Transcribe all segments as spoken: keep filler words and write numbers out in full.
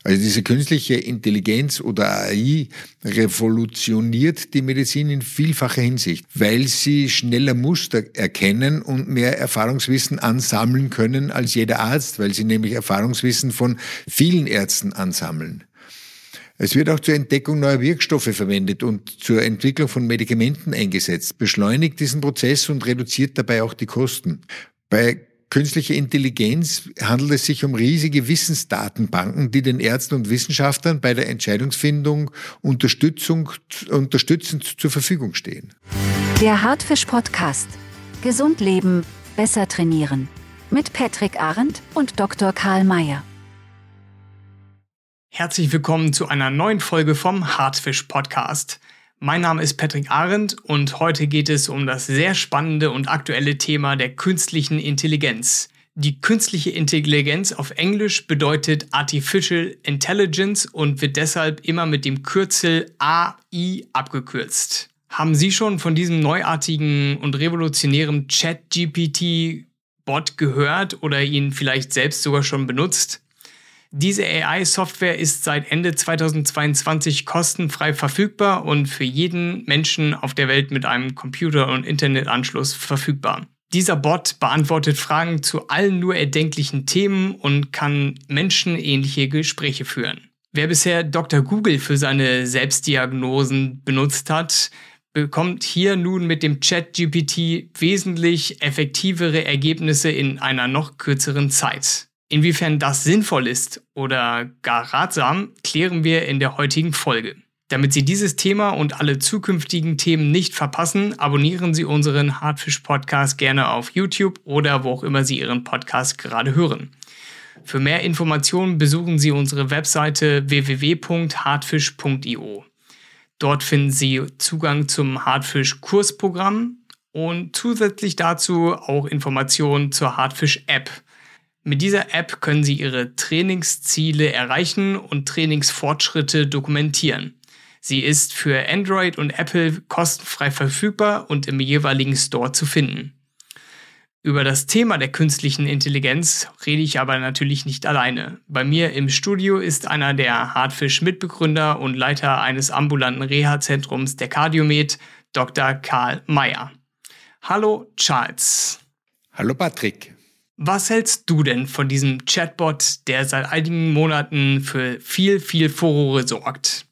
Also diese künstliche Intelligenz oder A I revolutioniert die Medizin in vielfacher Hinsicht, weil sie schneller Muster erkennen und mehr Erfahrungswissen ansammeln können als jeder Arzt, weil sie nämlich Erfahrungswissen von vielen Ärzten ansammeln. Es wird auch zur Entdeckung neuer Wirkstoffe verwendet und zur Entwicklung von Medikamenten eingesetzt, beschleunigt diesen Prozess und reduziert dabei auch die Kosten. Bei künstlicher Intelligenz handelt es sich um riesige Wissensdatenbanken, die den Ärzten und Wissenschaftlern bei der Entscheidungsfindung Unterstützung, unterstützend zur Verfügung stehen. Der Hartfisch-Podcast. Gesund leben, besser trainieren. Mit Patrick Arendt und Doktor Karl Mayer. Herzlich willkommen zu einer neuen Folge vom Hartfisch-Podcast. Mein Name ist Patrick Arendt und heute geht es um das sehr spannende und aktuelle Thema der künstlichen Intelligenz. Die künstliche Intelligenz auf Englisch bedeutet Artificial Intelligence und wird deshalb immer mit dem Kürzel A I abgekürzt. Haben Sie schon von diesem neuartigen und revolutionären Chat-G P T-Bot gehört oder ihn vielleicht selbst sogar schon benutzt? Diese A I-Software ist seit Ende zweitausendzweiundzwanzig kostenfrei verfügbar und für jeden Menschen auf der Welt mit einem Computer- und Internetanschluss verfügbar. Dieser Bot beantwortet Fragen zu allen nur erdenklichen Themen und kann menschenähnliche Gespräche führen. Wer bisher Doktor Google für seine Selbstdiagnosen benutzt hat, bekommt hier nun mit dem Chat-G P T wesentlich effektivere Ergebnisse in einer noch kürzeren Zeit. Inwiefern das sinnvoll ist oder gar ratsam, klären wir in der heutigen Folge. Damit Sie dieses Thema und alle zukünftigen Themen nicht verpassen, abonnieren Sie unseren Hartfisch-Podcast gerne auf YouTube oder wo auch immer Sie Ihren Podcast gerade hören. Für mehr Informationen besuchen Sie unsere Webseite w w w punkt hartfisch punkt i o. Dort finden Sie Zugang zum Hartfisch-Kursprogramm und zusätzlich dazu auch Informationen zur Hartfisch-App. Mit dieser App können Sie Ihre Trainingsziele erreichen und Trainingsfortschritte dokumentieren. Sie ist für Android und Apple kostenfrei verfügbar und im jeweiligen Store zu finden. Über das Thema der künstlichen Intelligenz rede ich aber natürlich nicht alleine. Bei mir im Studio ist einer der Hartfisch-Mitbegründer und Leiter eines ambulanten Reha-Zentrums der Cardiomed, Doktor Karl Mayer. Hallo Charles. Hallo Patrick. Was hältst du denn von diesem Chatbot, der seit einigen Monaten für viel, viel Furore sorgt?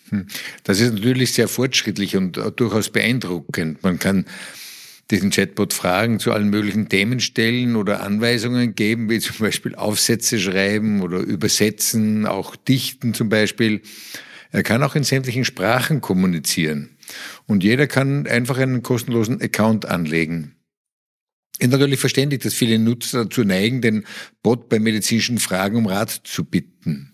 Das ist natürlich sehr fortschrittlich und durchaus beeindruckend. Man kann diesen Chatbot Fragen zu allen möglichen Themen stellen oder Anweisungen geben, wie zum Beispiel Aufsätze schreiben oder übersetzen, auch dichten zum Beispiel. Er kann auch in sämtlichen Sprachen kommunizieren. Und jeder kann einfach einen kostenlosen Account anlegen. Ist natürlich verständlich, dass viele Nutzer dazu neigen, den Bot bei medizinischen Fragen um Rat zu bitten.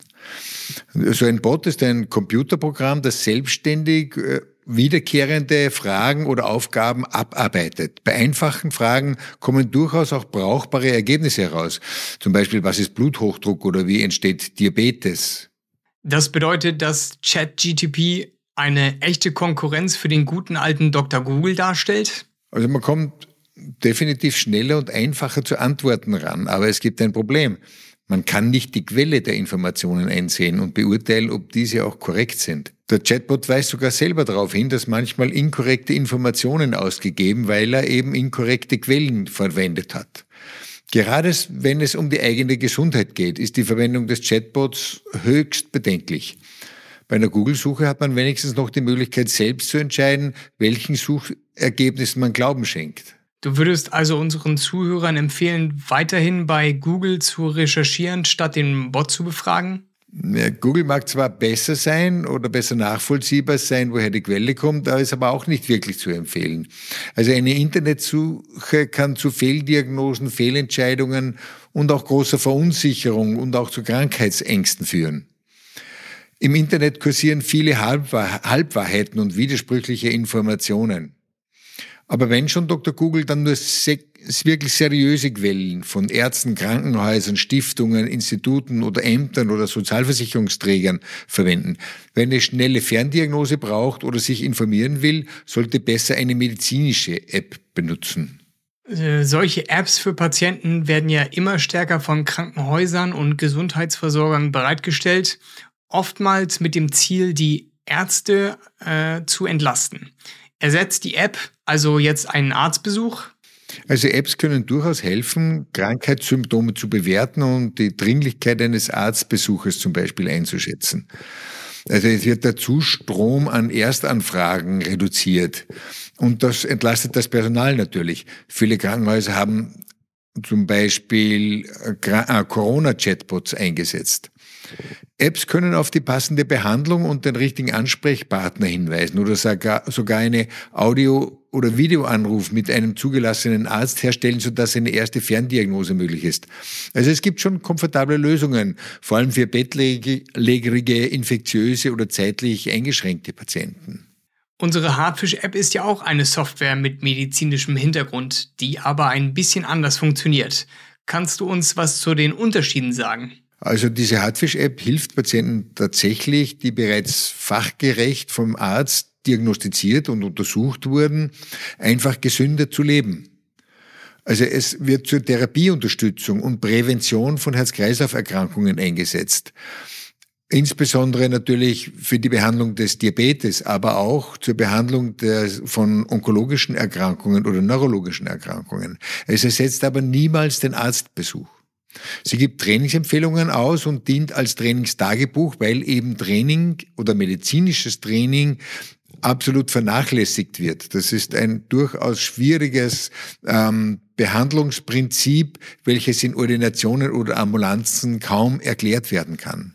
So ein Bot ist ein Computerprogramm, das selbstständig äh, wiederkehrende Fragen oder Aufgaben abarbeitet. Bei einfachen Fragen kommen durchaus auch brauchbare Ergebnisse heraus. Zum Beispiel, was ist Bluthochdruck oder wie entsteht Diabetes? Das bedeutet, dass Chat-G P T eine echte Konkurrenz für den guten alten Doktor Google darstellt? Also man kommt definitiv schneller und einfacher zu Antworten ran. Aber es gibt ein Problem. Man kann nicht die Quelle der Informationen einsehen und beurteilen, ob diese auch korrekt sind. Der Chatbot weist sogar selber darauf hin, dass manchmal inkorrekte Informationen ausgegeben, weil er eben inkorrekte Quellen verwendet hat. Gerade wenn es um die eigene Gesundheit geht, ist die Verwendung des Chatbots höchst bedenklich. Bei einer Google-Suche hat man wenigstens noch die Möglichkeit, selbst zu entscheiden, welchen Suchergebnissen man Glauben schenkt. Du würdest also unseren Zuhörern empfehlen, weiterhin bei Google zu recherchieren, statt den Bot zu befragen? Ja, Google mag zwar besser sein oder besser nachvollziehbar sein, woher die Quelle kommt, aber ist aber auch nicht wirklich zu empfehlen. Also eine Internetsuche kann zu Fehldiagnosen, Fehlentscheidungen und auch großer Verunsicherung und auch zu Krankheitsängsten führen. Im Internet kursieren viele Halbwahr- Halbwahrheiten und widersprüchliche Informationen. Aber wenn schon Doktor Google, dann nur se- wirklich seriöse Quellen von Ärzten, Krankenhäusern, Stiftungen, Instituten oder Ämtern oder Sozialversicherungsträgern verwenden. Wer eine schnelle Ferndiagnose braucht oder sich informieren will, sollte besser eine medizinische App benutzen. Äh, solche Apps für Patienten werden ja immer stärker von Krankenhäusern und Gesundheitsversorgern bereitgestellt, oftmals mit dem Ziel, die Ärzte äh, zu entlasten. Ersetzt die App also jetzt einen Arztbesuch? Also Apps können durchaus helfen, Krankheitssymptome zu bewerten und die Dringlichkeit eines Arztbesuches zum Beispiel einzuschätzen. Also es wird der Zustrom an Erstanfragen reduziert und das entlastet das Personal natürlich. Viele Krankenhäuser haben zum Beispiel Corona-Chatbots eingesetzt. Apps können auf die passende Behandlung und den richtigen Ansprechpartner hinweisen oder sogar, sogar eine Audio- oder Videoanruf mit einem zugelassenen Arzt herstellen, sodass eine erste Ferndiagnose möglich ist. Also es gibt schon komfortable Lösungen, vor allem für bettlägerige, infektiöse oder zeitlich eingeschränkte Patienten. Unsere Hartfisch-App ist ja auch eine Software mit medizinischem Hintergrund, die aber ein bisschen anders funktioniert. Kannst du uns was zu den Unterschieden sagen? Also diese Hartfisch-App hilft Patienten tatsächlich, die bereits fachgerecht vom Arzt diagnostiziert und untersucht wurden, einfach gesünder zu leben. Also es wird zur Therapieunterstützung und Prävention von Herz-Kreislauf-Erkrankungen eingesetzt. Insbesondere natürlich für die Behandlung des Diabetes, aber auch zur Behandlung der, von onkologischen Erkrankungen oder neurologischen Erkrankungen. Es ersetzt aber niemals den Arztbesuch. Sie gibt Trainingsempfehlungen aus und dient als Trainingstagebuch, weil eben Training oder medizinisches Training absolut vernachlässigt wird. Das ist ein durchaus schwieriges ähm, Behandlungsprinzip, welches in Ordinationen oder Ambulanzen kaum erklärt werden kann.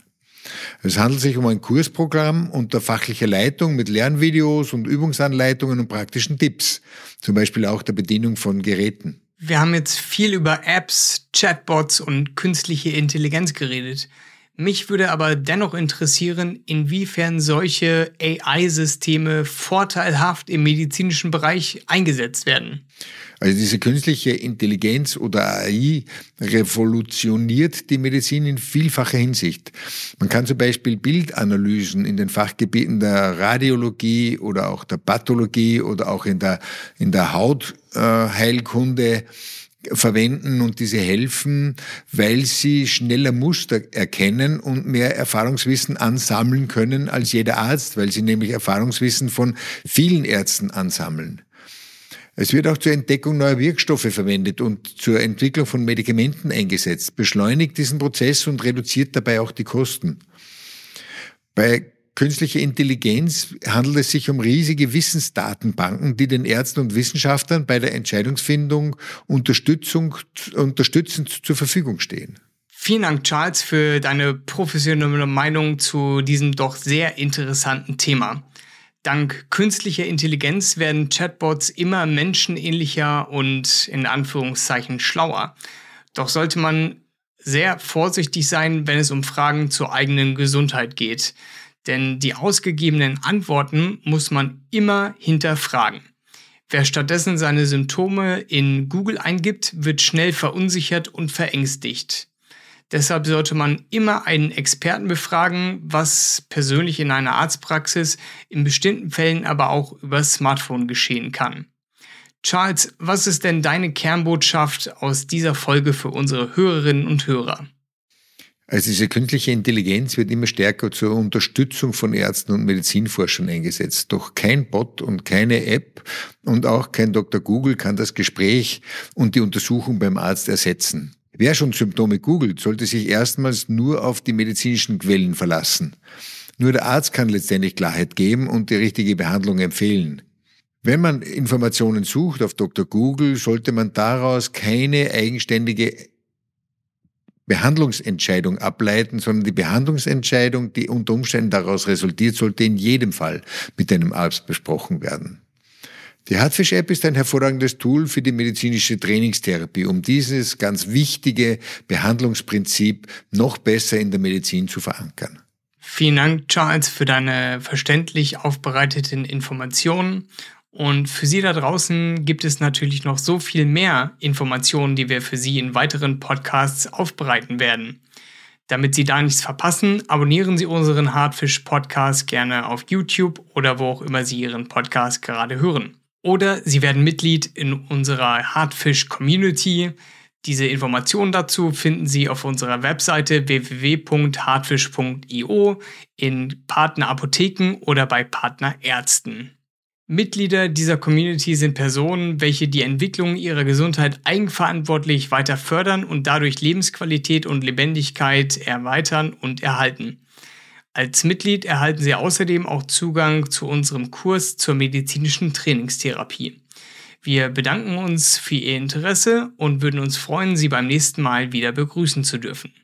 Es handelt sich um ein Kursprogramm unter fachlicher Leitung mit Lernvideos und Übungsanleitungen und praktischen Tipps, zum Beispiel auch der Bedienung von Geräten. Wir haben jetzt viel über Apps, Chatbots und künstliche Intelligenz geredet. Mich würde aber dennoch interessieren, inwiefern solche A I-Systeme vorteilhaft im medizinischen Bereich eingesetzt werden. Also diese künstliche Intelligenz oder A I revolutioniert die Medizin in vielfacher Hinsicht. Man kann zum Beispiel Bildanalysen in den Fachgebieten der Radiologie oder auch der Pathologie oder auch in der, in der Hautheilkunde verwenden und diese helfen, weil sie schneller Muster erkennen und mehr Erfahrungswissen ansammeln können als jeder Arzt, weil sie nämlich Erfahrungswissen von vielen Ärzten ansammeln. Es wird auch zur Entdeckung neuer Wirkstoffe verwendet und zur Entwicklung von Medikamenten eingesetzt, beschleunigt diesen Prozess und reduziert dabei auch die Kosten. Bei künstlicher Intelligenz handelt es sich um riesige Wissensdatenbanken, die den Ärzten und Wissenschaftlern bei der Entscheidungsfindung Unterstützung, unterstützend zur Verfügung stehen. Vielen Dank, Charles, für deine professionelle Meinung zu diesem doch sehr interessanten Thema. Dank künstlicher Intelligenz werden Chatbots immer menschenähnlicher und in Anführungszeichen schlauer. Doch sollte man sehr vorsichtig sein, wenn es um Fragen zur eigenen Gesundheit geht. Denn die ausgegebenen Antworten muss man immer hinterfragen. Wer stattdessen seine Symptome in Google eingibt, wird schnell verunsichert und verängstigt. Deshalb sollte man immer einen Experten befragen, was persönlich in einer Arztpraxis, in bestimmten Fällen aber auch über Smartphone geschehen kann. Charles, was ist denn deine Kernbotschaft aus dieser Folge für unsere Hörerinnen und Hörer? Also diese künstliche Intelligenz wird immer stärker zur Unterstützung von Ärzten und Medizinforschern eingesetzt. Doch kein Bot und keine App und auch kein Doktor Google kann das Gespräch und die Untersuchung beim Arzt ersetzen. Wer schon Symptome googelt, sollte sich erstmals nur auf die medizinischen Quellen verlassen. Nur der Arzt kann letztendlich Klarheit geben und die richtige Behandlung empfehlen. Wenn man Informationen sucht auf Doktor Google, sollte man daraus keine eigenständige Behandlungsentscheidung ableiten, sondern die Behandlungsentscheidung, die unter Umständen daraus resultiert, sollte in jedem Fall mit einem Arzt besprochen werden. Die Hartfisch-App ist ein hervorragendes Tool für die medizinische Trainingstherapie, um dieses ganz wichtige Behandlungsprinzip noch besser in der Medizin zu verankern. Vielen Dank, Charles, für deine verständlich aufbereiteten Informationen. Und für Sie da draußen gibt es natürlich noch so viel mehr Informationen, die wir für Sie in weiteren Podcasts aufbereiten werden. Damit Sie da nichts verpassen, abonnieren Sie unseren Hartfisch-Podcast gerne auf YouTube oder wo auch immer Sie Ihren Podcast gerade hören. Oder Sie werden Mitglied in unserer Hartfisch-Community. Diese Informationen dazu finden Sie auf unserer Webseite w w w punkt hartfisch punkt i o, in Partnerapotheken oder bei Partnerärzten. Mitglieder dieser Community sind Personen, welche die Entwicklung ihrer Gesundheit eigenverantwortlich weiter fördern und dadurch Lebensqualität und Lebendigkeit erweitern und erhalten. Als Mitglied erhalten Sie außerdem auch Zugang zu unserem Kurs zur medizinischen Trainingstherapie. Wir bedanken uns für Ihr Interesse und würden uns freuen, Sie beim nächsten Mal wieder begrüßen zu dürfen.